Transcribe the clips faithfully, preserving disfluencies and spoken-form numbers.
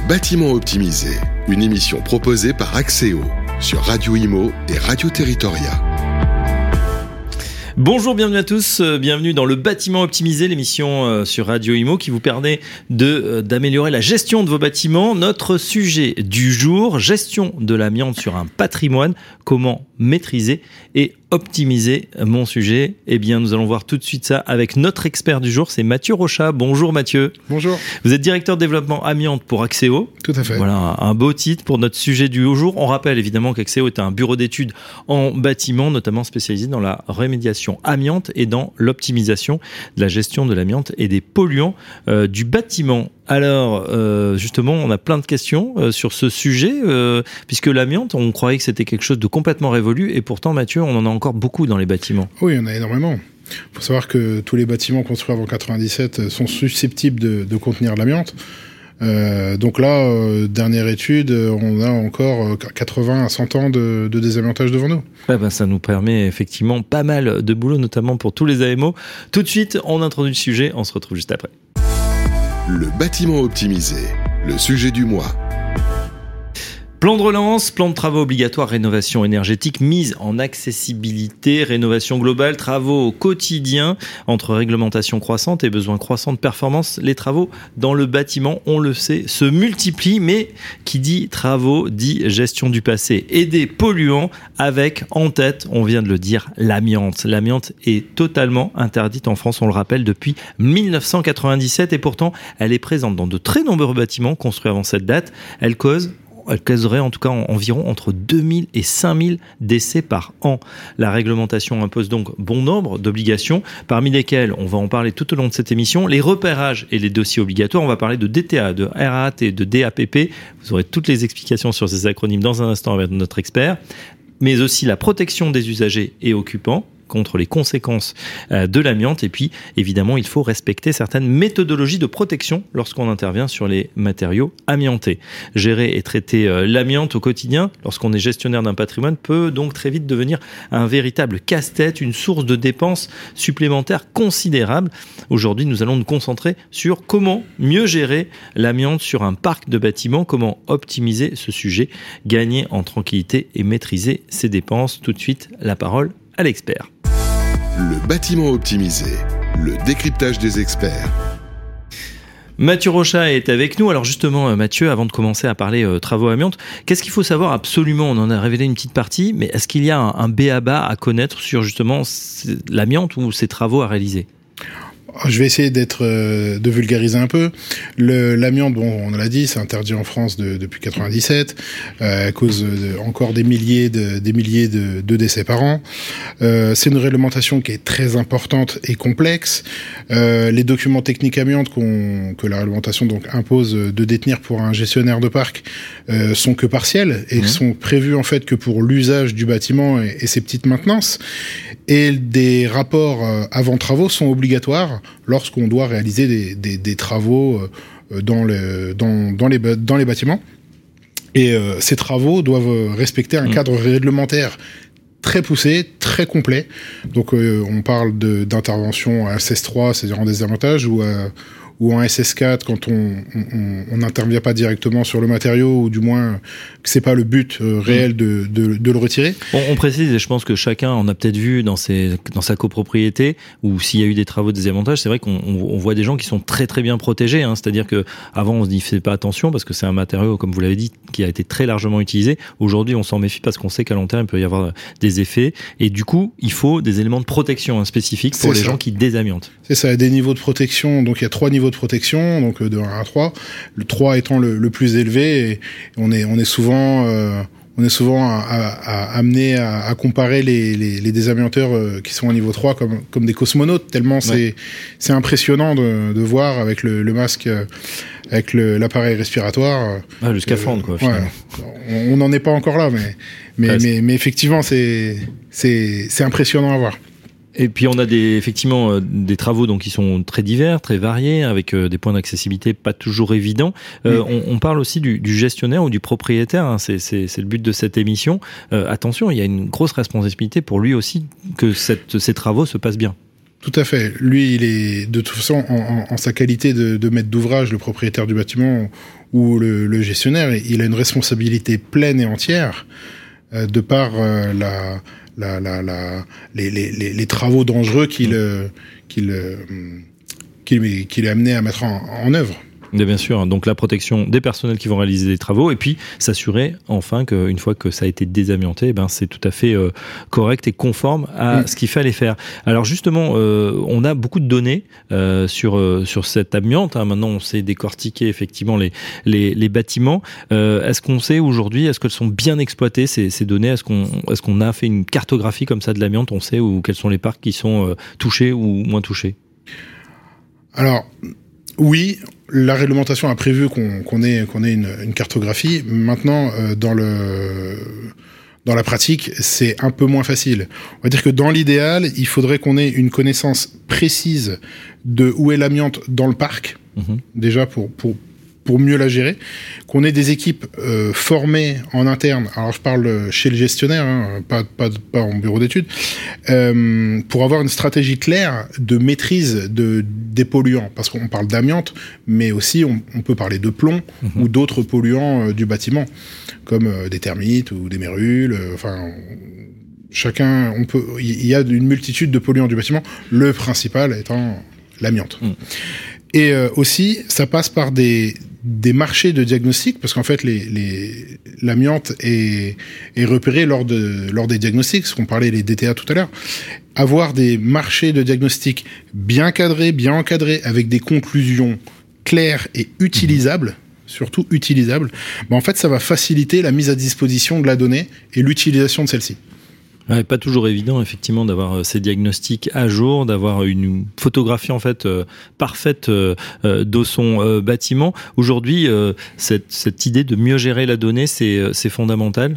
Bâtiment optimisé, une émission proposée par Axéo sur Radio Imo et Radio Territoria. Bonjour, bienvenue à tous, bienvenue dans le Bâtiment optimisé, l'émission sur Radio Imo qui vous permet de, d'améliorer la gestion de vos bâtiments. Notre sujet du jour, gestion de l'amiante sur un patrimoine, comment maîtriser et optimiser mon sujet. Eh bien, nous allons voir tout de suite ça avec notre expert du jour, c'est Mathieu Rochat. Bonjour Mathieu. Bonjour. Vous êtes directeur de développement amiante pour Axéo. Tout à fait. Voilà, un beau titre pour notre sujet du jour. On rappelle évidemment qu'Axéo est un bureau d'études en bâtiment, notamment spécialisé dans la remédiation amiante et dans l'optimisation de la gestion de l'amiante et des polluants euh, du bâtiment. Alors, euh, justement, on a plein de questions euh, sur ce sujet, euh, puisque l'amiante, on croyait que c'était quelque chose de complètement révolu, et pourtant, Mathieu, on en a encore beaucoup dans les bâtiments. Oui, il y en a énormément. Il faut savoir que tous les bâtiments construits avant quatre-vingt-dix-sept sont susceptibles de, de contenir de l'amiante. Euh, donc là, euh, dernière étude, on a encore quatre-vingts à cent ans de, de désamiantage devant nous. Ouais, ben, ça nous permet effectivement pas mal de boulot, notamment pour tous les A M O. Tout de suite, on introduit le sujet, on se retrouve juste après. Le bâtiment optimisé, le sujet du mois. Plan de relance, plan de travaux obligatoires, rénovation énergétique, mise en accessibilité, rénovation globale, travaux au quotidien. Entre réglementation croissante et besoins croissants de performance, les travaux dans le bâtiment, on le sait, se multiplient. Mais qui dit travaux, dit gestion du passé et des polluants avec en tête, on vient de le dire, l'amiante. L'amiante est totalement interdite en France, on le rappelle, depuis dix-neuf cent quatre-vingt-dix-sept. Et pourtant, elle est présente dans de très nombreux bâtiments construits avant cette date. Elle cause... Elle causerait en tout cas environ entre deux mille et cinq mille décès par an. La réglementation impose donc bon nombre d'obligations, parmi lesquelles, on va en parler tout au long de cette émission, les repérages et les dossiers obligatoires. On va parler de D T A, de R A T, de D A P P. Vous aurez toutes les explications sur ces acronymes dans un instant avec notre expert. Mais aussi la protection des usagers et occupants contre les conséquences de l'amiante. Et puis, évidemment, il faut respecter certaines méthodologies de protection lorsqu'on intervient sur les matériaux amiantés. Gérer et traiter l'amiante au quotidien, lorsqu'on est gestionnaire d'un patrimoine, peut donc très vite devenir un véritable casse-tête, une source de dépenses supplémentaires considérables. Aujourd'hui, nous allons nous concentrer sur comment mieux gérer l'amiante sur un parc de bâtiments, comment optimiser ce sujet, gagner en tranquillité et maîtriser ses dépenses. Tout de suite, la parole à l'expert. Le bâtiment optimisé, le décryptage des experts. Mathieu Rochat est avec nous. Alors justement, Mathieu, avant de commencer à parler euh, travaux amiante, qu'est-ce qu'il faut savoir absolument ? On en a révélé une petite partie, mais est-ce qu'il y a un, un B A B A à connaître sur justement l'amiante ou ses travaux à réaliser ? Je vais essayer d'être euh, de vulgariser un peu. Le, l'amiante, bon, on l'a dit, c'est interdit en France de, depuis quatre-vingt-dix-sept, euh, à cause de, encore des milliers de des milliers de, de décès par an. Euh, c'est une réglementation qui est très importante et complexe. Euh, les documents techniques amiante qu'on, que la réglementation donc impose de détenir pour un gestionnaire de parc euh, sont que partiels et mmh. sont prévus en fait que pour l'usage du bâtiment et, et ses petites maintenances. Et des rapports euh, avant travaux sont obligatoires lorsqu'on doit réaliser des, des, des travaux euh, dans, le, dans, dans, les, dans les bâtiments. Et euh, ces travaux doivent respecter un mmh. cadre réglementaire très poussé, très complet. Donc euh, on parle de, d'intervention à S S trois, c'est-à-dire en désavantage, ou à ou en S S quatre quand on on n'intervient pas directement sur le matériau, ou du moins que c'est pas le but euh, réel de, de de le retirer. On, on précise, et je pense que chacun en a peut-être vu dans ses dans sa copropriété, ou s'il y a eu des travaux de désavantage, c'est vrai qu'on on, on voit des gens qui sont très très bien protégés, hein, c'est-à-dire que avant on se dit fait pas attention parce que c'est un matériau, comme vous l'avez dit, qui a été très largement utilisé. Aujourd'hui on s'en méfie parce qu'on sait qu'à long terme il peut y avoir des effets, et du coup il faut des éléments de protection hein, spécifiques pour c'est les ça. gens qui désamiantent. C'est ça, des niveaux de protection. Donc il y a trois niveaux de protection, donc de un à trois, le trois étant le, le plus élevé, et on est on est souvent euh, on est souvent à, à, à amené à, à comparer les, les, les désamianteurs euh, qui sont au niveau trois comme comme des cosmonautes, tellement ouais. c'est c'est impressionnant de, de voir avec le, le masque, euh, avec le, l'appareil respiratoire. Ah, le scaphandre, euh, quoi. Finalement. Ouais, on n'en est pas encore là, mais mais mais, mais effectivement c'est c'est c'est impressionnant à voir. Et puis on a des, effectivement euh, des travaux donc qui sont très divers, très variés, avec euh, des points d'accessibilité pas toujours évidents. Euh, mmh. on, on parle aussi du, du gestionnaire ou du propriétaire, hein, c'est, c'est, c'est le but de cette émission. Euh, attention, il y a une grosse responsabilité pour lui aussi que cette, ces travaux se passent bien. Tout à fait. Lui, il est de toute façon en, en, en sa qualité de, de maître d'ouvrage, le propriétaire du bâtiment où le, le gestionnaire, il a une responsabilité pleine et entière euh, de par euh, la, la, la, la, les, les, les, les travaux dangereux qu'il, mmh. qu'il, qu'il, qu'il est amené à mettre en, en œuvre. Bien sûr, donc la protection des personnels qui vont réaliser des travaux et puis s'assurer enfin qu'une fois que ça a été désamianté, eh ben c'est tout à fait euh, correct et conforme à mmh. ce qu'il fallait faire. Alors justement, euh, on a beaucoup de données euh, sur euh, sur cette amiante. Hein. Maintenant, on sait décortiquer effectivement les les, les bâtiments. Euh, est-ce qu'on sait aujourd'hui, est-ce qu'elles sont bien exploitées ces, ces données ? Est-ce qu'on est-ce qu'on a fait une cartographie comme ça de l'amiante ? On sait où quels sont les parcs qui sont euh, touchés ou moins touchés ? Alors oui. La réglementation a prévu qu'on, qu'on ait, qu'on ait une, une cartographie. Maintenant, euh, dans le, dans la pratique, c'est un peu moins facile. On va dire que dans l'idéal, il faudrait qu'on ait une connaissance précise de où est l'amiante dans le parc, mmh. déjà pour, pour, pour mieux la gérer, qu'on ait des équipes euh, formées en interne. Alors je parle chez le gestionnaire, hein, pas, pas, pas en bureau d'études, euh, pour avoir une stratégie claire de maîtrise de, des polluants. Parce qu'on parle d'amiante, mais aussi on, on peut parler de plomb mmh. ou d'autres polluants euh, du bâtiment, comme euh, des termites ou des mérules. Euh, enfin, chacun, on peut. Il y a une multitude de polluants du bâtiment. Le principal étant l'amiante. Mmh. Et euh, aussi, ça passe par des des marchés de diagnostic, parce qu'en fait, les, les, l'amiante est, est repérée lors de, lors des diagnostics, ce qu'on parlait les D T A tout à l'heure. Avoir des marchés de diagnostic bien cadrés, bien encadrés, avec des conclusions claires et utilisables, surtout utilisables, ben en fait, ça va faciliter la mise à disposition de la donnée et l'utilisation de celle-ci. Ouais, pas toujours évident effectivement d'avoir ces diagnostics à jour, d'avoir une photographie en fait euh, parfaite euh, de son euh, bâtiment. Aujourd'hui, euh, cette, cette idée de mieux gérer la donnée, c'est, c'est fondamental.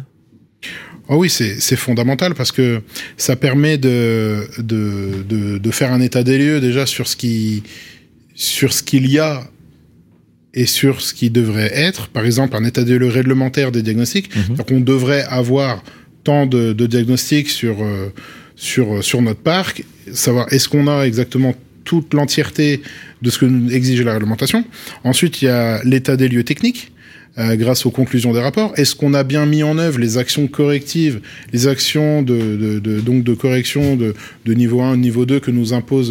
Oh oui, c'est, c'est fondamental parce que ça permet de, de, de, de faire un état des lieux déjà sur ce qui, sur ce qu'il y a et sur ce qui devrait être. Par exemple, un état des lieux réglementaire des diagnostics. Mmh. Donc on devrait avoir tant de, de diagnostics sur, euh, sur, sur notre parc, savoir est-ce qu'on a exactement toute l'entièreté de ce que nous exige la réglementation. Ensuite, il y a l'état des lieux techniques, euh, grâce aux conclusions des rapports. Est-ce qu'on a bien mis en œuvre les actions correctives, les actions de, de, de, donc de correction de, de niveau un, niveau deux que nous imposent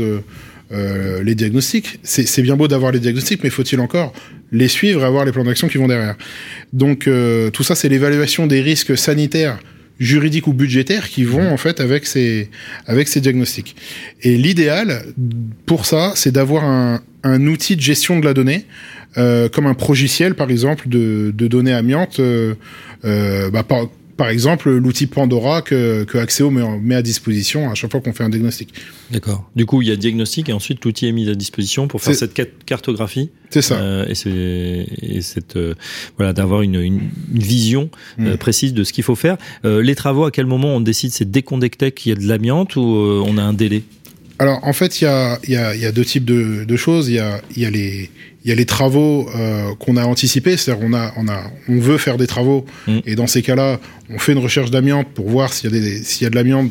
euh, les diagnostics. C'est, c'est bien beau d'avoir les diagnostics, mais faut-il encore les suivre et avoir les plans d'action qui vont derrière. Donc, euh, tout ça, c'est l'évaluation des risques sanitaires, juridiques ou budgétaires qui vont en fait avec ces avec ces diagnostics. Et l'idéal pour ça, c'est d'avoir un, un outil de gestion de la donnée, euh, comme un progiciel par exemple de, de données amiantes. Euh, euh, bah, par, par exemple, l'outil Pandora que, que Axéo met, met à disposition à chaque fois qu'on fait un diagnostic. D'accord. Du coup, il y a diagnostic et ensuite l'outil est mis à disposition pour faire c'est... cette cartographie. C'est ça. Euh, et c'est et cette euh, voilà d'avoir une, une, une vision mmh. euh, précise de ce qu'il faut faire. Euh, les travaux, à quel moment on décide? C'est dès qu'on détecte qu'il y a de l'amiante ou euh, on a un délai? Alors en fait, il y a il y a il y a deux types de, de choses. Il y a il y a les il y a les travaux euh, qu'on a anticipés, c'est-à-dire on a on a on veut faire des travaux mmh. et dans ces cas-là, on fait une recherche d'amiante pour voir s'il y a des s'il y a de l'amiante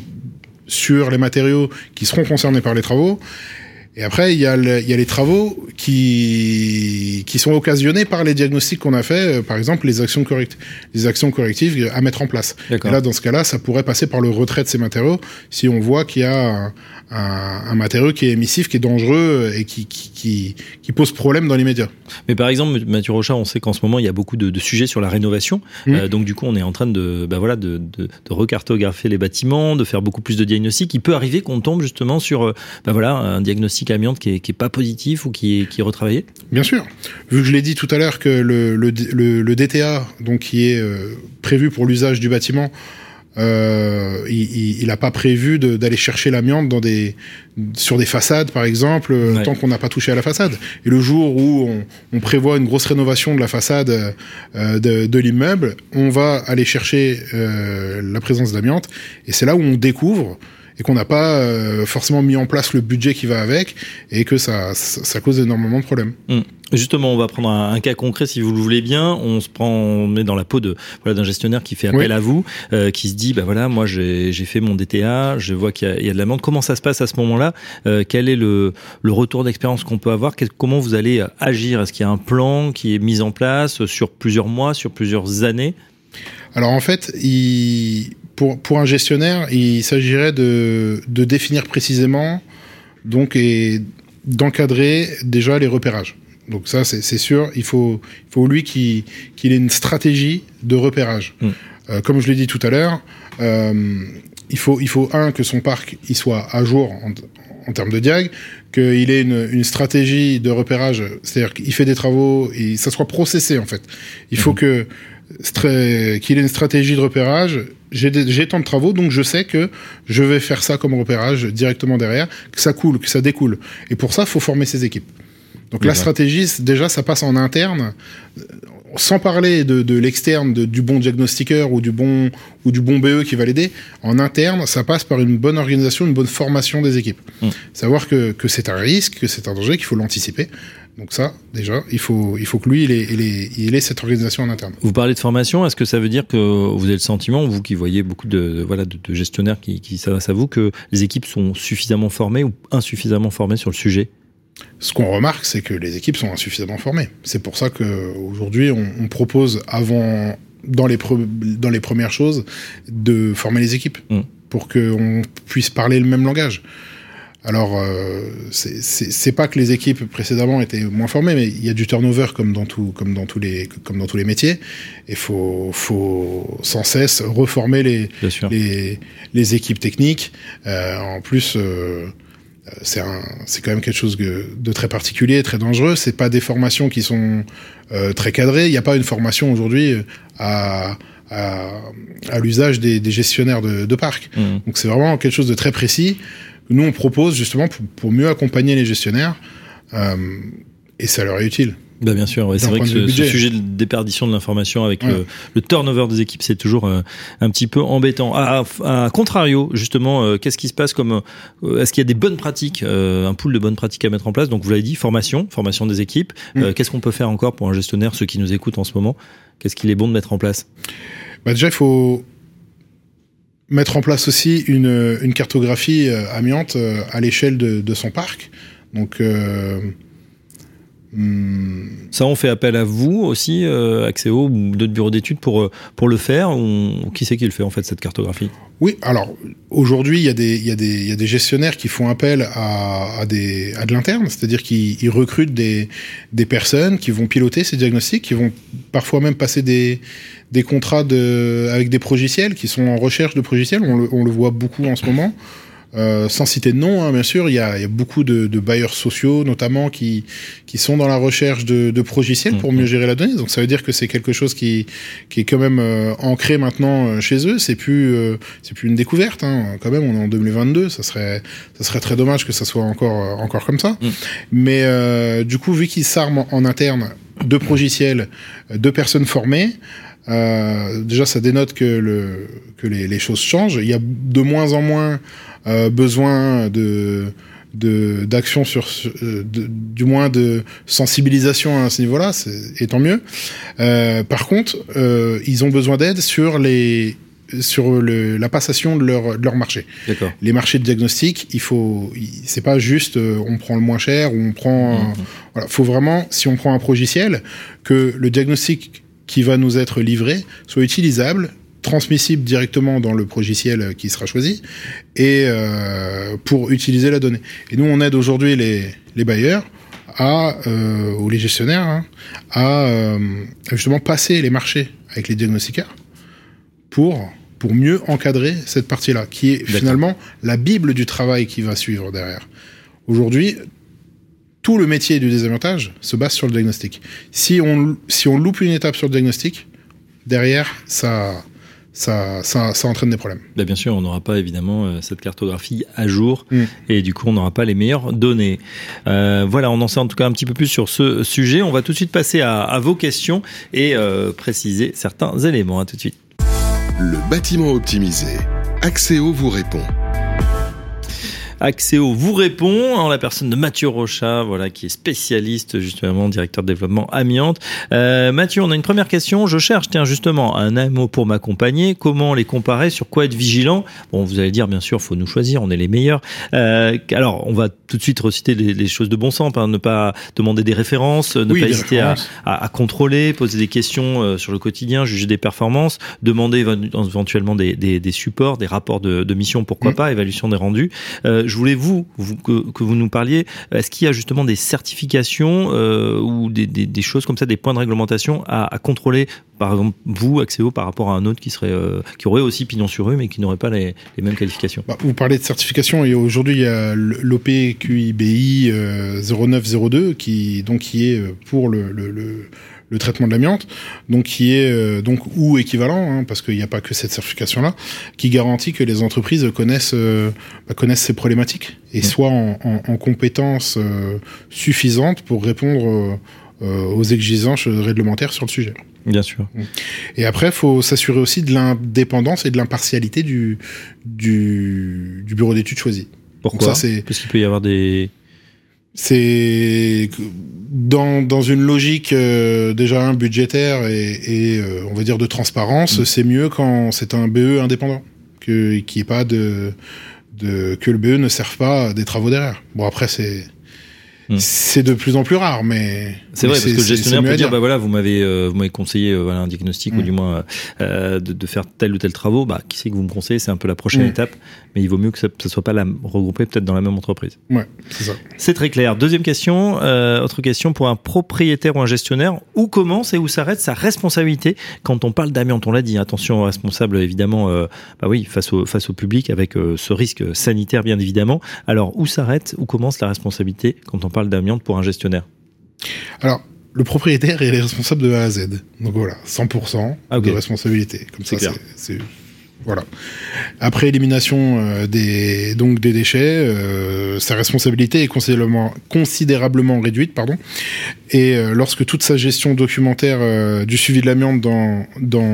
sur les matériaux qui seront concernés par les travaux. Et après, il y a le, il y a les travaux qui qui sont occasionnés par les diagnostics qu'on a fait, euh, par exemple les actions correctives, les actions correctives à mettre en place. D'accord. Et là, dans ce cas-là, ça pourrait passer par le retrait de ces matériaux si on voit qu'il y a un, un, un matériau qui est émissif, qui est dangereux et qui qui qui, qui pose problème dans l'immédiat. Mais par exemple, Mathieu Rochard, on sait qu'en ce moment, il y a beaucoup de, de sujets sur la rénovation. Mmh. Euh, donc du coup, on est en train de bah voilà de, de de recartographier les bâtiments, de faire beaucoup plus de diagnostics. Il peut arriver qu'on tombe justement sur bah voilà un diagnostic amiante qui est, qui est pas positif ou qui est, qui est retravaillé? Bien sûr. Vu que je l'ai dit tout à l'heure que le, le, le, le D T A, donc qui est euh, prévu pour l'usage du bâtiment, euh, il n'a pas prévu de, d'aller chercher l'amiante dans des, sur des façades, par exemple, ouais. tant qu'on n'a pas touché à la façade. Et le jour où on, on prévoit une grosse rénovation de la façade euh, de, de l'immeuble, on va aller chercher euh, la présence d'amiante. Et c'est là où on découvre et qu'on n'a pas euh, forcément mis en place le budget qui va avec, et que ça, ça, ça cause énormément de problèmes. Mmh. Justement, on va prendre un, un cas concret si vous le voulez bien. On se prend, on met dans la peau de voilà d'un gestionnaire qui fait appel oui. à vous, euh, qui se dit bah voilà, moi j'ai j'ai fait mon D T A, je vois qu'il y a, il y a de l'amende. Comment ça se passe à ce moment-là? euh, Quel est le le retour d'expérience qu'on peut avoir? Quel, comment vous allez agir? Est-ce qu'il y a un plan qui est mis en place sur plusieurs mois, sur plusieurs années? Alors en fait, il, pour pour un gestionnaire, il s'agirait de de définir précisément donc et d'encadrer déjà les repérages. Donc ça, c'est, c'est sûr, il faut, il faut lui qu'il, qu'il ait une stratégie de repérage. Mmh. Euh, comme je l'ai dit tout à l'heure, euh, il faut, il faut un que son parc il soit à jour en, en termes de diag, qu'il ait une, une stratégie de repérage, c'est-à-dire qu'il fait des travaux et ça soit processé en fait. Il mmh. faut que stra- qu'il ait une stratégie de repérage. J'ai, des, j'ai tant de travaux, donc je sais que je vais faire ça comme repérage directement derrière, que ça coule, que ça découle. Et pour ça, il faut former ses équipes. Donc oui, la ouais. stratégie, déjà, ça passe en interne, sans parler de, de l'externe, de, du bon diagnostiqueur ou du bon ou du bon B E qui va l'aider. En interne, ça passe par une bonne organisation, une bonne formation des équipes. Mmh. Savoir que, que c'est un risque, que c'est un danger, qu'il faut l'anticiper. Donc ça, déjà, il faut, il faut que lui, il ait, il ait, il ait cette organisation en interne. Vous parlez de formation, est-ce que ça veut dire que vous avez le sentiment, vous qui voyez beaucoup de, de, voilà, de, de gestionnaires qui, qui s'adressent à vous, que les équipes sont suffisamment formées ou insuffisamment formées sur le sujet ? Ce qu'on remarque, c'est que les équipes sont insuffisamment formées. C'est pour ça qu'aujourd'hui, on, on propose, avant, dans les, pre, dans les premières choses, de former les équipes mmh. pour qu'on puisse parler le même langage. Alors, euh, c'est, c'est, c'est pas que les équipes précédemment étaient moins formées, mais il y a du turnover comme dans tout, comme dans tous les, comme dans tous les métiers. Et faut, faut sans cesse reformer les, les, les équipes techniques. Euh, en plus, euh, c'est un, c'est quand même quelque chose de, de très particulier, très dangereux. C'est pas des formations qui sont euh, très cadrées. Il n'y a pas une formation aujourd'hui à à, à l'usage des, des gestionnaires de, de parcs. Mmh. Donc c'est vraiment quelque chose de très précis. Nous, on propose justement pour, pour mieux accompagner les gestionnaires, euh, et ça leur est utile. Bah bien sûr, ouais, c'est vrai que ce, ce sujet de déperdition de l'information avec ouais. le, le turnover des équipes, c'est toujours euh, un petit peu embêtant. À, à, à contrario, justement, euh, qu'est-ce qui se passe comme euh, est-ce qu'il y a des bonnes pratiques, euh, un pool de bonnes pratiques à mettre en place? Donc vous l'avez dit, formation, formation des équipes. Mmh. Euh, qu'est-ce qu'on peut faire encore pour un gestionnaire, ceux qui nous écoutent en ce moment? Qu'est-ce qu'il est bon de mettre en place? Bah déjà, il faut mettre en place aussi une, une cartographie euh, amiante euh, à l'échelle de, de son parc. Donc, euh, hum... ça, on fait appel à vous aussi, euh, Axéo ou d'autres bureaux d'études pour pour le faire. Ou qui c'est qui le fait en fait cette cartographie? Oui, alors aujourd'hui, il y a des il y a des il y a des gestionnaires qui font appel à à des à de l'interne, c'est-à-dire qu'ils ils recrutent des des personnes qui vont piloter ces diagnostics, qui vont parfois même passer des des contrats de, avec des progiciels qui sont en recherche de progiciels. On le, on le voit beaucoup en ce moment. Euh, sans citer de nom, hein, bien sûr, il y a, il y a beaucoup de, de bailleurs sociaux, notamment, qui, qui sont dans la recherche de, de progiciels pour mieux gérer la donnée. Donc ça veut dire que c'est quelque chose qui, qui est quand même euh, ancré maintenant euh, chez eux. C'est plus, euh, c'est plus une découverte. Hein. Quand même, on est en deux mille vingt-deux. Ça serait, ça serait très dommage que ça soit encore, euh, encore comme ça. Mm. Mais euh, du coup, vu qu'ils s'arment en, en interne de progiciels, de personnes formées. Euh, déjà, ça dénote que le que les, les choses changent. Il y a de moins en moins euh, besoin de de d'action sur euh, de, du moins de sensibilisation à ce niveau-là, c'est, et tant mieux. Euh, par contre, euh, ils ont besoin d'aide sur les sur le, la passation de leur de leur marché. D'accord. Les marchés de diagnostic, il faut, c'est pas juste euh, on prend le moins cher ou on prend. Mmh. Euh, voilà, faut vraiment, si on prend un progiciel, que le diagnostic qui va nous être livré soit utilisable, transmissible directement dans le progiciel qui sera choisi, et euh, pour utiliser la donnée. Et nous, on aide aujourd'hui les, les bailleurs à, euh, ou les gestionnaires hein, à euh, justement passer les marchés avec les diagnostiqueurs pour, pour mieux encadrer cette partie-là, qui est D'accord. finalement la bible du travail qui va suivre derrière. Aujourd'hui, tout le métier du désamiantage se base sur le diagnostic. Si on, si on loupe une étape sur le diagnostic, derrière, ça, ça, ça, ça entraîne des problèmes. Bah bien sûr, on n'aura pas évidemment cette cartographie à jour mmh. et du coup, on n'aura pas les meilleures données. Euh, voilà, on en sait en tout cas un petit peu plus sur ce sujet. On va tout de suite passer à, à vos questions et euh, préciser certains éléments. À tout de suite. Le bâtiment optimisé. Axéo vous répond. Axéo vous répond en la personne de Mathieu Rochat, voilà, qui est spécialiste justement, directeur de développement amiante. Euh, Mathieu, on a une première question. Je cherche, tiens, justement, un A M O pour m'accompagner. Comment les comparer? Sur quoi être vigilant? Bon, vous allez dire, bien sûr, faut nous choisir, on est les meilleurs. Euh, alors, on va tout de suite reciter les, les choses de bon sens, hein, ne pas demander des références, ne oui, pas hésiter à, à, à contrôler, poser des questions euh, sur le quotidien, juger des performances, demander éventuellement des, des, des supports, des rapports de, de mission, pourquoi mmh. pas, évaluation des rendus. Euh, je voulais vous, vous que, que vous nous parliez, est-ce qu'il y a justement des certifications euh, ou des, des, des choses comme ça, des points de réglementation à, à contrôler, par exemple vous, Axéo, par rapport à un autre qui serait euh, qui aurait aussi pignon sur rue mais qui n'aurait pas les, les mêmes qualifications? Bah, vous parlez de certification et aujourd'hui il y a l'O P Q I B I euh, zéro neuf zéro deux qui donc qui est pour le, le, le le traitement de l'amiante, donc qui est euh, donc ou équivalent, hein, parce qu'il n'y a pas que cette certification-là, qui garantit que les entreprises connaissent euh, bah, connaissent ces problématiques et mmh. soient en, en, en compétences euh, suffisantes pour répondre euh, aux exigences réglementaires sur le sujet. Bien sûr. Et après, il faut s'assurer aussi de l'indépendance et de l'impartialité du du, du bureau d'études choisi. Pourquoi? Donc ça, c'est... Parce qu'il peut y avoir des... C'est dans dans une logique euh, déjà un budgétaire et, et euh, on va dire de transparence, mmh. c'est mieux quand c'est un B E indépendant que qu'il n'y ait pas de de que le B E ne serve pas des travaux derrière. Bon après c'est Mmh. c'est de plus en plus rare, mais c'est mais vrai c'est, parce que le gestionnaire peut dire, dire bah voilà, vous m'avez euh, vous m'avez conseillé euh, voilà un diagnostic mmh. ou du moins euh, de, de faire tel ou tel travaux, bah qui c'est que vous me conseillez, c'est un peu la prochaine mmh. étape, mais il vaut mieux que ça, ça soit pas la, regroupé peut-être dans la même entreprise. Ouais, c'est ça. C'est très clair. Deuxième question, euh, autre question pour un propriétaire ou un gestionnaire, où commence et où s'arrête sa responsabilité quand on parle d'amiante? On l'a dit, attention aux responsables évidemment, euh, bah oui, face au face au public avec euh, ce risque sanitaire bien évidemment. Alors où s'arrête, où commence la responsabilité quand on parle d'amiante pour un gestionnaire? Alors, le propriétaire est responsable de A à Z. Donc voilà, cent pour cent ah, okay. de responsabilité. Comme c'est ça, clair. c'est, c'est voilà. Après élimination euh, des donc des déchets, euh, sa responsabilité est considérablement considérablement réduite, pardon. Et euh, lorsque toute sa gestion documentaire euh, du suivi de l'amiante dans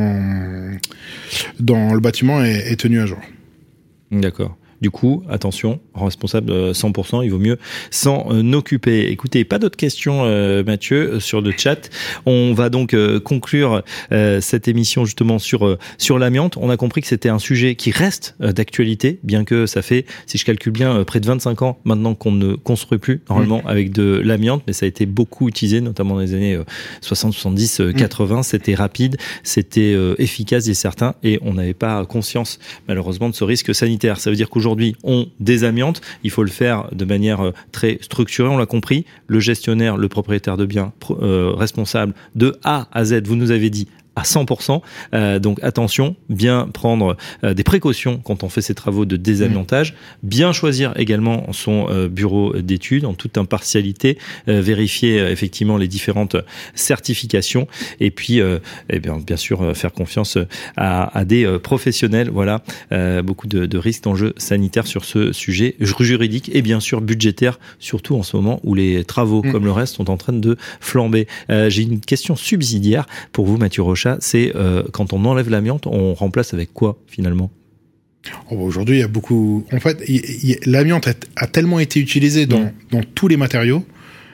dans dans le bâtiment est, est tenue à jour. D'accord. Du coup, attention, responsable cent pour cent, il vaut mieux s'en occuper. Écoutez, pas d'autres questions, euh, Mathieu, sur le chat. On va donc euh, conclure euh, cette émission justement sur euh, sur l'amiante. On a compris que c'était un sujet qui reste euh, d'actualité, bien que ça fait, si je calcule bien, euh, près de vingt-cinq ans maintenant qu'on ne construit plus normalement mmh. avec de l'amiante, mais ça a été beaucoup utilisé, notamment dans les années euh, soixante, soixante-dix, euh, quatre-vingts. Mmh. C'était rapide, c'était euh, efficace, et certain, et on n'avait pas conscience malheureusement de ce risque sanitaire. Ça veut dire qu'aujourd'hui, Aujourd'hui, on désamiante. Il faut le faire de manière très structurée, on l'a compris. Le gestionnaire, le propriétaire de biens, euh, responsable de A à Z, vous nous avez dit, à cent pour cent. Euh, donc attention, bien prendre euh, des précautions quand on fait ces travaux de désamiantage, bien choisir également son euh, bureau d'études en toute impartialité, euh, vérifier euh, effectivement les différentes certifications et puis euh, eh bien, bien sûr euh, faire confiance à, à des euh, professionnels. Voilà, euh, beaucoup de, de risques d'enjeux sanitaires sur ce sujet juridique et bien sûr budgétaire, surtout en ce moment où les travaux mmh. comme le reste sont en train de flamber. Euh, j'ai une question subsidiaire pour vous, Mathieu Rochat. C'est euh, quand on enlève l'amiante, on remplace avec quoi finalement? Oh, aujourd'hui, il y a beaucoup. En fait, il, il, l'amiante a, a tellement été utilisée dans, mmh. dans tous les matériaux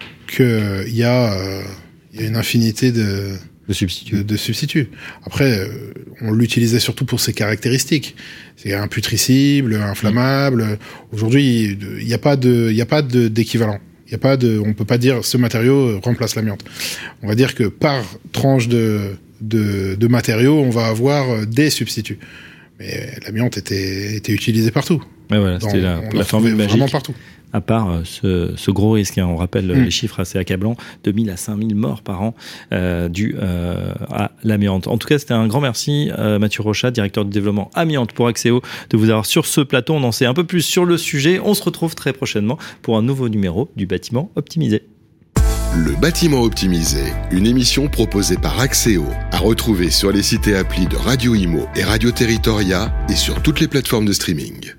que il y a, euh, il y a une infinité de, de substituts. De, de substituts. Après, euh, on l'utilisait surtout pour ses caractéristiques. C'est imputricible, inflammable. Mmh. Aujourd'hui, il n'y a pas de, il y a pas de, d'équivalent. Il y a pas de, on peut pas dire ce matériau remplace l'amiante. On va dire que par tranche de De, de matériaux, on va avoir des substituts. Mais l'amiante était, était utilisée partout. Ouais, voilà, c'était la, la formule magique. Vraiment partout. À part ce, ce gros risque, hein, on rappelle mmh. les chiffres assez accablants, deux mille à cinq mille morts par an euh, dus euh, à l'amiante. En tout cas, c'était un grand merci, euh, Mathieu Rochat, directeur du développement amiante pour Axéo, de vous avoir sur ce plateau. On en sait un peu plus sur le sujet. On se retrouve très prochainement pour un nouveau numéro du Bâtiment Optimisé. Le Bâtiment Optimisé, une émission proposée par Axéo, à retrouver sur les sites et applis de Radio Imo et Radio Territoria et sur toutes les plateformes de streaming.